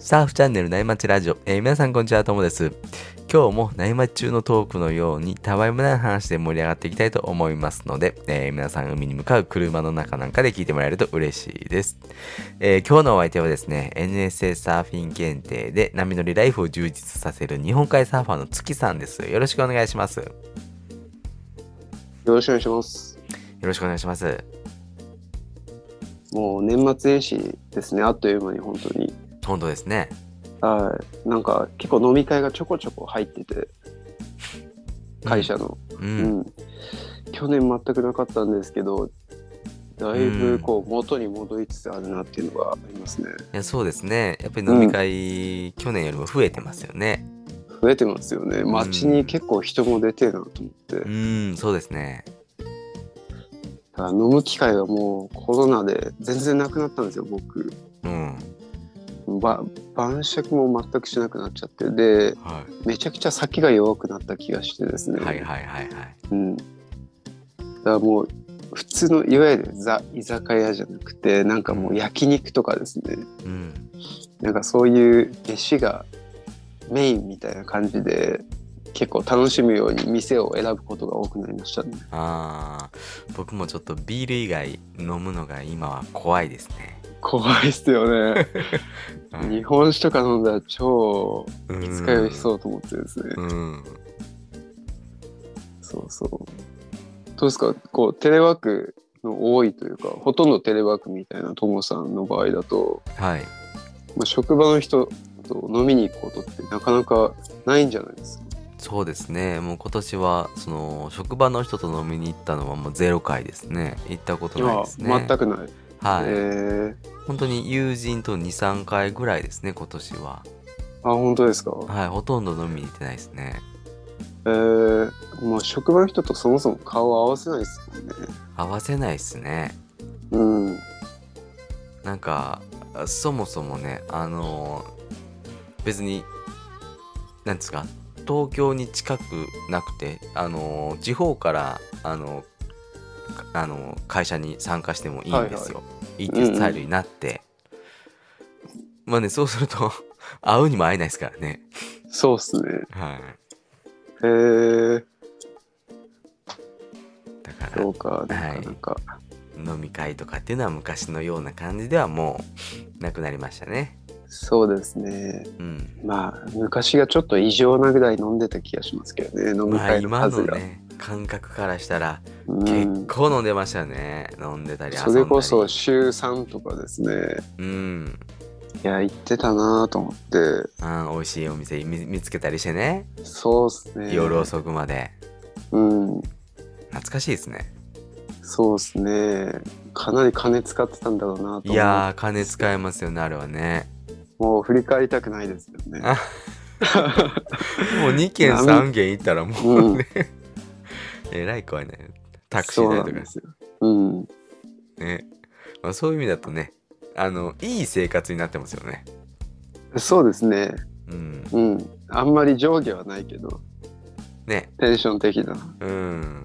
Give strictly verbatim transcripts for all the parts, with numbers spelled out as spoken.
サーフチャンネル内町ラジオ、えー皆さんこんにちは、ともです。今日も内町中のトークのようにたわいもない話で盛り上がっていきたいと思いますので、えー皆さん海に向かう車の中なんかで聞いてもらえると嬉しいです。えー今日のお相手はですね、エヌエスエー サーフィン限定で波乗りライフを充実させる日本海サーファーの月さんです。よろしくお願いします。よよろしくお願いします。 ろしくお願いします。 もう年末年始ですね、あっという間に本当に。 本当ですね。 はい。なんか結構飲み会がちょこちょこ入ってて、会社の。 ううん。 ん。 去年全くなかったんですけど、だいぶこう元に戻りつつあるなっていうのがありますね。 いや、そうですね。やっぱり飲み会、去年よりも増えてますよね。 増えてますよね。街に結構人も出てるなと思って。 うーん、そうですね。 だから飲む機会がもうコロナで全然なくなったんですよ、僕。 うん。 ば晩酌も全くしなくなっちゃって、で、 はめちゃくちゃ酒が弱くなった気がしてですね。 い。はいはいはいはい。 うん。だからもう普通のいわゆるザ居酒屋じゃなくて、なんかもう焼肉とかですね。 うん。 なんかそういう飯がメインみたいな感じで結構楽しむように店を選ぶことが多くなりましたね。 ああ、僕もちょっとビール以外飲むのが今は怖いですね。 怖いっすよね。 はい日本酒とか飲んだら超うん二日酔いしそうと思ってですね。 うん。 そうそう。どうですか、こうテレワークの多いというか、ほとんどテレワークみたいなともさんの場合だと、 はい。 まあ、職場の人と飲みに行くことってなかなかないんじゃないですか。 そうですね。もう今年は、その、職場の人と飲みに行ったのはもうゼロ回ですね。行ったことないですね。 全くない。 はい。 えー、 本当に友人とに、さんかいぐらいですね、今年は。 あ、本当ですか。 はい、ほとんど飲みに行ってないですね。 えー、もう職場の人とそもそも顔を合わせないですもんね。 合わせないっすね。 うん。 なんか、そもそもね、あのー別に、なんですか、東京に近くなくて、あのー地方から、あのーあのー会社に参加してもいいんですよ。いいっていうスタイルになって。まあね、そうすると、会うにも会えないですからね。 そうっすね。 はい。 えー、 だから、 そうか、なかなか。 飲み会とかっていうのは昔のような感じではもうなくなりましたね。 そうですね。 うん。 まあ、昔がちょっと異常なぐらい飲んでた気がしますけどね、飲みまあ会の今数が。 のね、感覚からしたらうん、 結構飲んでましたよね。飲んでたり遊んだり。 それこそ週さんとかですね。 うん。 いや、行ってたなと思って。 あ、美味しいお店見、見つけたりしてね。 そうっすね。 夜遅くまで。 うん。 懐かしいですね。 そうっすね。かなり金使ってたんだろうなと思って。 いやー、金使えますよね、あれはね。 もう振り返りたくないですよね。 もうにけんさんけん行ったらもうね、うん、えらい怖いね。タクシー代とか。 そうなんですよ。 うん。ね。まあ、そういう意味だとね、あの、いい生活になってますよね。 そうですね。 うん。 うん。あんまり上下はないけど。 ね。 テンション的な。 うん。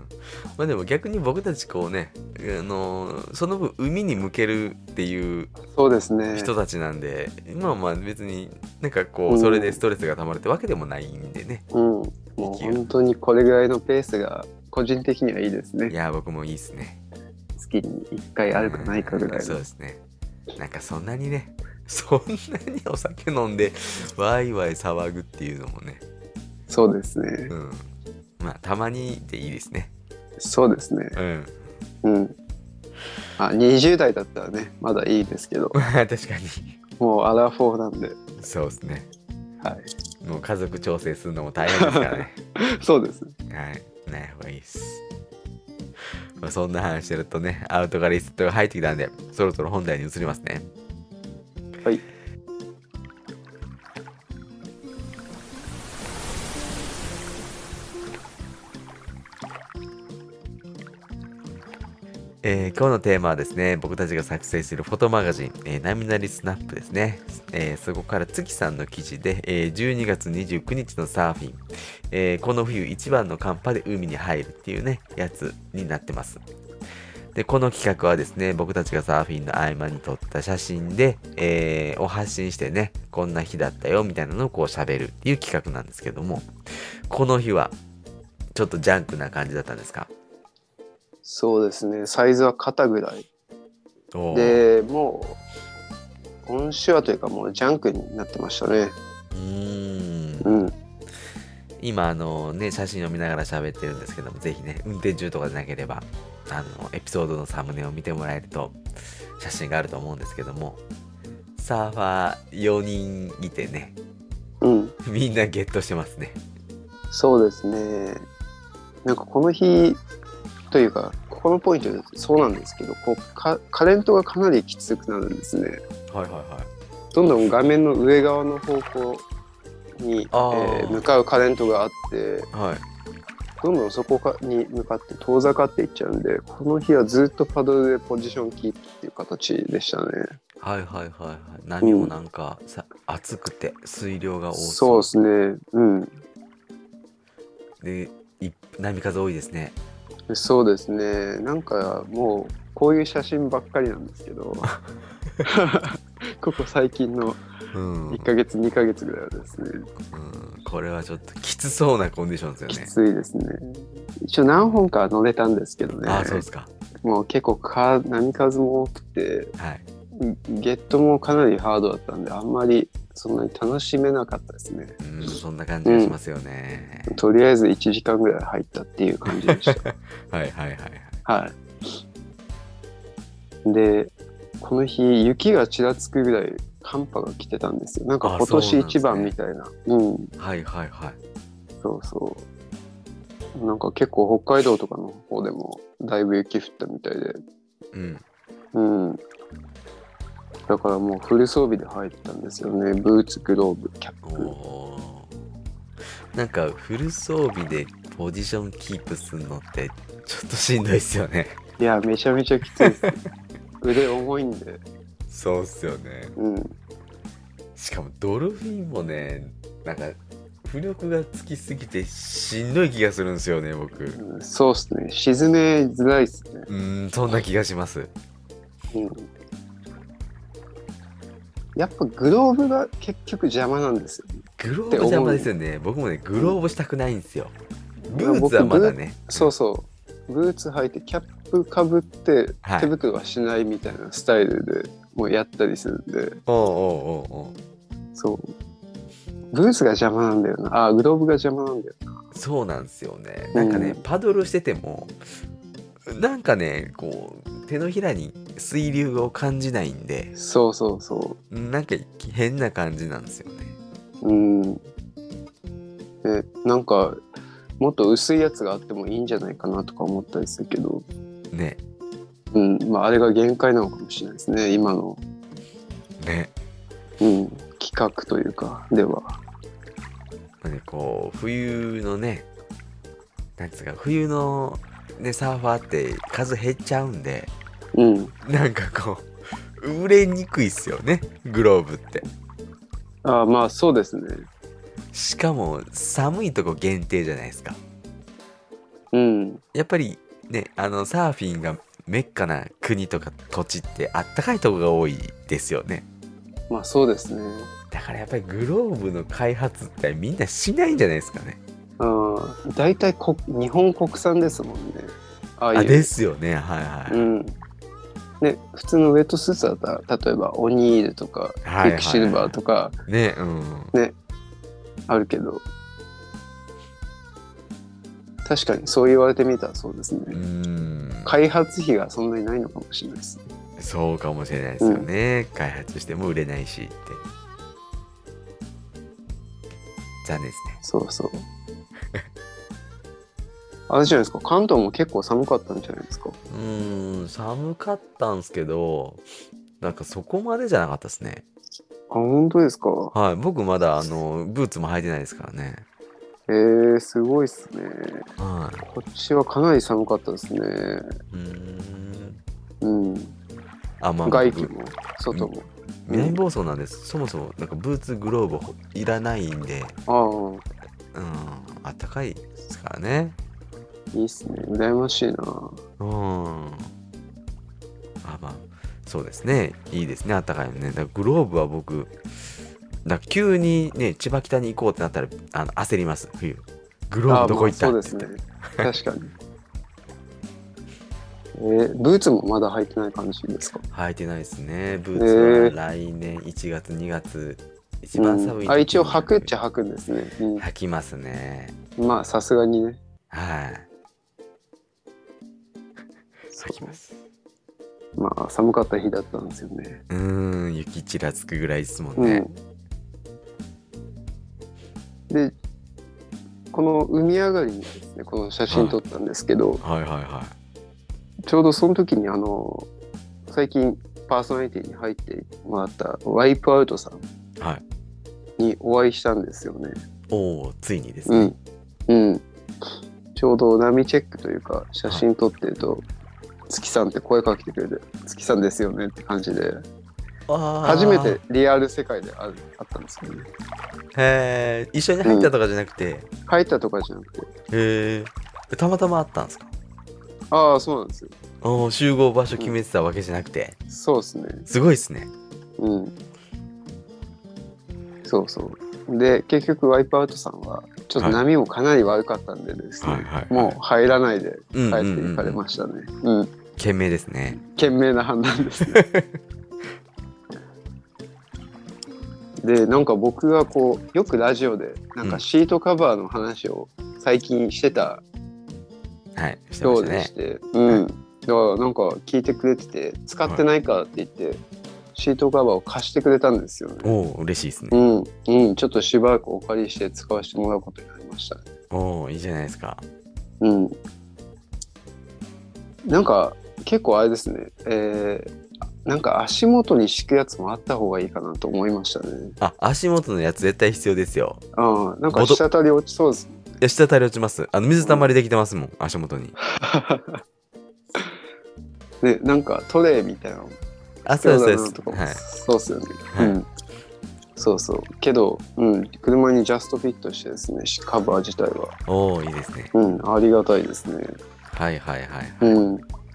まあでも逆に僕たちこうね、あのその分海に向けるっていうそうですね。 人たちなんで、今はまあ別になんかこうそれでストレスが溜まるってわけでもないんでね。 うん。もう本当にこれぐらいのペースが個人的にはいいですね。 いや僕もいいですね。 月にいっかいあるかないかぐらいの。 そうですね。なんかそんなにね、そんなにお酒飲んでワイワイ騒ぐっていうのもね。 そうですね。 うん。まあたまにでいいですね。 そうですね。 うん。 うん。あ、にじゅう代だったらね、まだいいですけど。 確かに。 もうアラフォーなんで。 そうですね。 はい。 もう家族調整するのも大変ですからね。 そうです。 はい。ない方がいいです。まあ、そんな話してるとね、アウトがリセットが入ってきたんで、そろそろ本題に移りますね。 はい。 えー、今日のテーマはですね、僕たちが作成するフォトマガジン、えー、ナミナリスナップですね。えー、そこから月さんの記事で、えー、じゅうにがつにじゅうくにちのサーフィン、えー、この冬一番の寒波で海に入るっていうね、やつになってます。 で、この企画はですね、僕たちがサーフィンの合間に撮った写真で、えーを発信してね、こんな日だったよみたいなのをこう喋るっていう企画なんですけども、この日はちょっとジャンクな感じだったんですか？ そうですね。サイズは肩ぐらい。 おー。 で、もう、今週はというかもうジャンクになってましたね。 うーん。 うん。 今あのね、写真を見ながら喋ってるんですけども、ぜひね、運転中とかでなければ、あの、エピソードのサムネを見てもらえると、写真があると思うんですけども、サーファーよにんいてね、 うん。 みんなゲットしてますね。 そうですね。なんかこの日というか、ここのポイントでそうなんですけど、こうかカレントがかなりきつくなるんですね。 はいはいはい。 どんどん画面の上側の方向に、えあーー向かうカレントがあって、 はい。 どんどんそこかに向かって遠ざかっていっちゃうんで、この日はずっとパドルでポジションキープっていう形でしたね。 はいはいはいはい。波もなんかさ、熱くて水量が多そそうう。 ですね。うん。 で、い波風多いですね。 そうですね。なんかもうこういう写真ばっかりなんですけど、ここ最近のうん。 いっかげつにかげつぐらいはですね、 うん、これはちょっときつそうなコンディションですよきね。 ついですね。一応何本か乗れたんですけどね、 ああ、そうですか。 もう結構か波数も多くて、 はい。 ゲットもかなりハードだったんで、あんまりそんなに楽しめなかったですね。 うん、そんな感じがしますよね。 とりあえずいちじかんぐらい入ったっていう感じでした。 はいはいはいはい。 はい。で、この日雪がちらつくぐらい寒波が来てたんですよ。なんかあ今年一そうなんで番みたいな。うん。 はいはいはい。 そうそう。なんか結構北海道とかの方でもだいぶ雪降ったみたいで。 うん。 うん。だからもうフル装備で入ったんですよね。ブーツ、グローブ、キャップ。 おー。なんかフル装備でポジションキープするのってちょっとしんどいっすよね。 いや、めちゃめちゃきついです。腕重いんで。 そうっすよね。 うん。 しかもドルフィンもね、なんか浮力がつきすぎてしんどい気がするんですよね、僕。 うん、そうっすね。沈めづらいっすね。 うーん、そんな気がします。 うん。やっぱグローブが結局邪魔なんですよね。 グローブ邪魔ですよね。僕もね、グローブしたくないんですよ。ブーツはまだね。 そうそう。ブーツ履いてキャップかぶってはい手袋はしないみたいなスタイルでもうやったりするんで、 おうおうおうおう。 そう。ブーツが邪魔なんだよな。あ、グローブが邪魔なんだよな。 そうなんですよね。なんかね、 うんパドルしてても、なんかね、こう、手のひらに水流を感じないんで、 そうそうそなんか変な感じなんですよね。 う。うん。で、なんかもっと薄いやつがあってもいいんじゃないかなとか思ったりするけど、 ね。 うん。まああれが限界なのかもしれないですね。今の、 ね。 うん、企画というかでは。 ね、こう、冬のね、なんつうか、冬の、ね、サーファーって数減っちゃうんで、 うん。 なんかこう、売れにくいっすよね、グローブって。 あ、まあそうですね。 しかも、寒いとこ限定じゃないですか。 うん。 やっぱりね、あの、サーフィンがメッカな国とか土地ってあったかいとこが多いですよね。 まあそうですね。 だからやっぱりグローブの開発ってみんなしないんじゃないですかね。 ああ、大体こ日本国産ですもんね。ああいう。 あ、ですよね。はいはい。 うん。ね、普通のウェットスーツだったら、例えばオニールとか、 はいはいはいクイックシルバーとか、 ね、うん。 ね、あるけど、確かにそう言われてみたらそうですね。 うーん。 開発費がそんなにないのかもしれないですね。 そうかもしれないですよね。開発しても売れないしって。残念ですね。 そうそう。あれじゃないですか、関東も結構寒かったんじゃないですか。 うーん、寒かったんすけど、なんかそこまでじゃなかったですね。 あ、本当ですか。 はい、僕まだあのブーツも履いてないですからね。 えー、すごいっすね。 はい。 こっちはかなり寒かったですね。 うーん。 うん。 あ、まあ、僕外気も外も。 南房総なんです。そもそもなんかブーツグローブいらないんで、 ああ、 うん、あったかいですからね。 いいっすね。羨ましいな。 うん。 あまあそうですね、いいですね、あったかいのね。だからグローブは僕だから急にね千葉北に行こうってなったらあの焦ります、冬。グローああ、 ブどこ行ったまあそうですね。 って言って。 確かに。えー、ブーツもまだ履いてない感じですか？ 履いてないですね。ブえーツはー、 来年いちがつにがつ一う番寒ん。あ、 い時に一応履くっちゃ履くんですね。 履きますね。 うん。まあさすがにね。 はいそ履きます。 う。まあ寒かった日だったんですよね。 うーん雪ちらつくぐらいですもんね。 うん。で、この海上がりにですね、この写真撮ったんですけど、 はいはいはちょうどその時にあの、最近パーソナリティに入ってもらったワイプアウトさんいはい。 にお会いしたんですよね。 おおついにですね。 うん。うん。ちょうど波チェックというか写真撮ってると、月さんって声かけてくれて、月さんですよねって感じで、 あ初めてリアル世界であるあったんですよね。 へえ一緒に入ったとかじゃなくて、 入ったとかじゃなくて。 へえたまたまあったんですか？ ああ、そうなんですよ。 おー集合場所決めてたわけじゃなくて、 そうですね。 すごいですね。 うん。そうそう。で、結局ワイプアウトさんは、ちょっと波もかなり悪かったんでですね、 はいはいはい、 もう入らないで帰ってうんうんうんうん行かれましたね。うん。 賢明ですね。 賢明な判断ですね。で、なんか僕がこう、よくラジオで、なんかシートカバーの話を最近してたはいしてまようしたね。 でして、うん。だからなんか聞いてくれてて、使ってないからって言って、シートカバーを貸してくれたんですよね。 おお嬉しいですね。 うん、うん、ちょっとしばらくお借りして使わせてもらうことになりましたね。 おおいいじゃないですか。 うん。なんか結構あれですね、えー、なんか足元に敷くやつもあった方がいいかなと思いましたね。 あ足元のやつ絶対必要ですよ。 ああ、なんか滴り落ちそうですね。 いや滴り落ちます。あの水たまりできてますもん、うん、足元に。 ね、なんかトレイみたいなのあそうですそうです。 はい。 そうですよね。 はい、 うん。そうそう。けど、うん、車にジャストフィットしてですね、カバー自体は。 おおいいですね。 うん、ありがたいですね。 はいはいはいはい。 うん。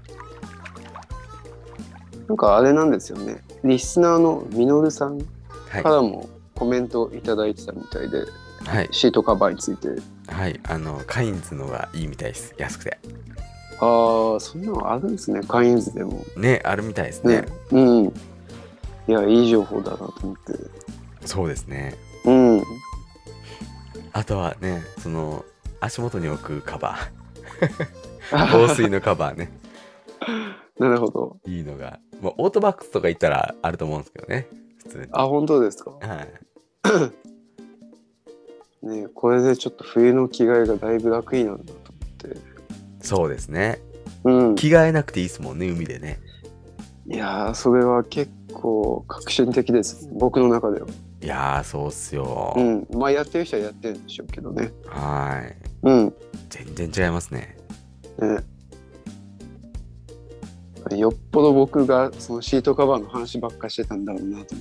なんかあれなんですよね。リスナーのみのるさんからもコメントいただいてたみたいで、 はい、 シートカバーについて。 はい、あのカインズのがいいみたいです。安くて。 ああ、そんなのあるんですね。カインズでも。 ねあるみたいですね。 ね、うん。いや、いい情報だなと思って。 そうですね。 うん。 あとはねその足元に置くカバー防水のカバーね。 なるほど。 いいのが、まあ、オートバックスとか行ったらあると思うんですけどね普通に。 あ、本当ですか。 はいね、これでちょっと冬の着替えがだいぶ楽になるなと思って。 そうですね。 うん。 着替えなくていいですもんね海でね。 いやー、それは結構革新的です。僕の中では。 いやーそうっすよ。 うん。まあやってる人はやってるんでしょうけどね。 はい。 うん。 全然違いますね。 ね。よっぽど僕がそのシートカバーの話ばっかしてたんだろうなと思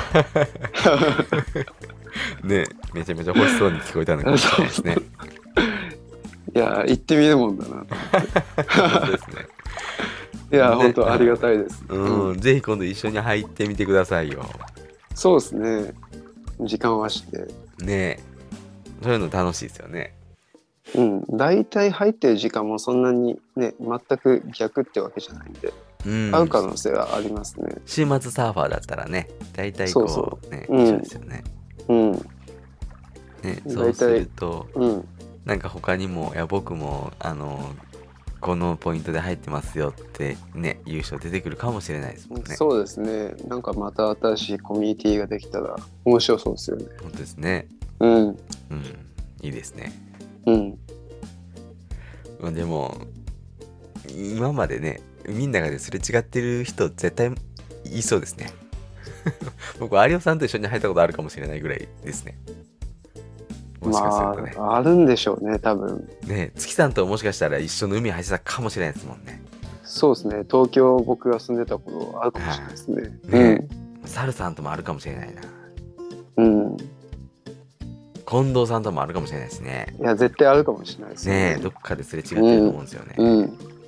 ってねめちゃめちゃ欲しそうに聞こえたのかもしれないですね。 いや行ってみるもんだなと思って本当ですね。 いや本当ありがたいです、 うん、うん、ぜひ今度一緒に入ってみてくださいよ。 そうですね。時間はしてねそういうの楽しいですよね。 うん、大体入ってる時間もそんなにね全く逆ってわけじゃないんで、うん、合う可能性はありますね。 週末サーファーだったらね大体こうそうそうね、 うん、 一緒ですよね。 うん、 ねそうすると、うん、なんか他にもいや僕もあのこのポイントで入ってますよってね言う人出てくるかもしれないですもんね。 そうですね。なんかまた新しいコミュニティができたら面白そうですよね。 本当ですね。 うん、うん、 いいですね。 うん。 でも今までねみんながですれ違ってる人絶対いそうですね。僕有吉さんと一緒に入ったことあるかもしれないぐらいですね。もしかするとね、 まあ、あるんでしょうね多分ね。月さんともしかしたら一緒の海入ってたかもしれないですもんね。 そうですね。東京僕が住んでた頃あるかもしれないですね。 ね、うん、サルさんともあるかもしれないな。 うん。 近藤さんともあるかもしれないですね。 いや絶対あるかもしれないですね。 ねえどっかですれ違ってると思うんですよね。 うん、うん、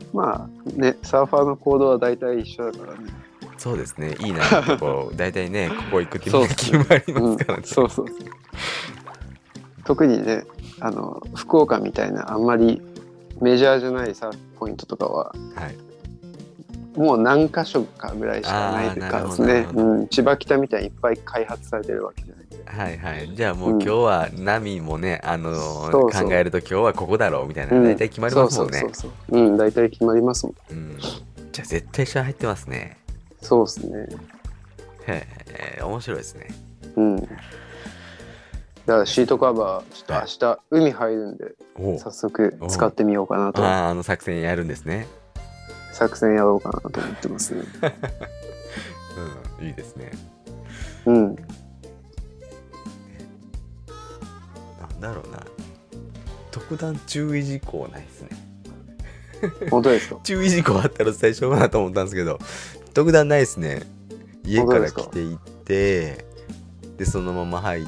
まあね、サーファーの行動は大体一緒だからね。 そうですね、いいなってこう大体ね、ここ行くってみんな決まりますからね。 そうそうそう。特にね、あの福岡みたいなあんまりメジャーじゃないサーフポイントとかは、 はい、 もう何箇所かぐらいしかないからですね。うん、千葉北みたいにいっぱい開発されてるわけじゃない。 はいはい。じゃあもう今日は波もね、うん、あのー、 そうそう考えると今日はここだろうみたいな、大体決まりますもんね。 そうそうそうそう。うん、大体決まりますもん。 うん。じゃあ絶対下入ってますね。 そうですね。 へえ、面白いですね。 うん。だからシートカバー、ちょっと明日、はい、海入るんで、早速使ってみようかなと。 ああ、あの作戦やるんですね。 作戦やろうかなと思ってますね。 うん、いいですね。 うん。 なんだろうな。特段注意事項ないですね。 本当ですか？ 注意事項あったら最初かなと思ったんですけど、特段ないですね。家から来ていってでそのまま入って、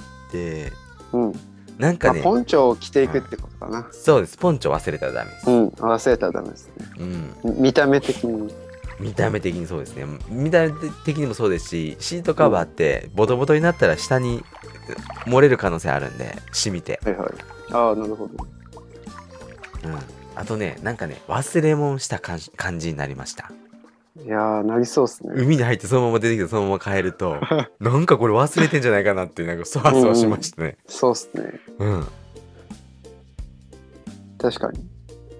うん、 なんかね、 まあ、ポンチョを着ていくってことかな、うん、 そうです。ポンチョ忘れたらダメです。 うん、忘れたらダメですね、うん、見た目的に見た目的にそうですね。見た目的にもそうですし、シートカバーってボトボトになったら下に漏れる可能性あるんで、染みて、 はいはい、ああなるほど、 うん、あとね、なんかね、忘れ物した感じになりました。 いやー、なりそうっすね。 海に入ってそのまま出てきてそのまま帰るとなんかこれ忘れてんじゃないかなっていう、なんかそわそわしましたね。うんうん、 そうっすね。 うん。 確かに。ね、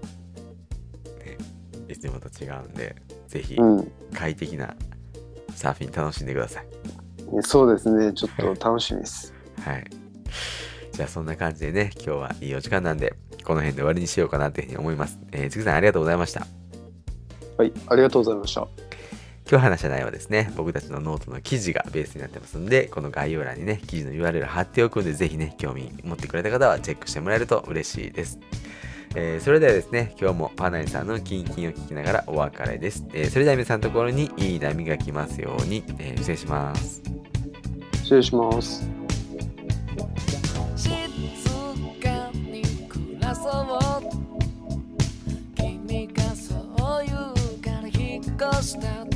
いつもと違うんで、ぜひ快適なサーフィン楽しんでください。 うん、そうですね。ちょっと楽しみです。 はい。じゃあそんな感じでね、今日はいいお時間なんで、この辺で終わりにしようかなというふうに思います。えー、つぐさんありがとうございました。 はい、ありがとうございました。 今日話した内容はですね、僕たちのノートの記事がベースになってますんで、この概要欄にね、記事の ユーアールエル 貼っておくんで、ぜひね、興味持ってくれた方はチェックしてもらえると嬉しいです。えー、それではですね、今日もパナイさんのキンキンを聞きながらお別れです。えー、それでは皆さんのところにいい波が来ますように、えー、失礼します。 失礼します。 静かに暮らそう君がそう言うから引っ越した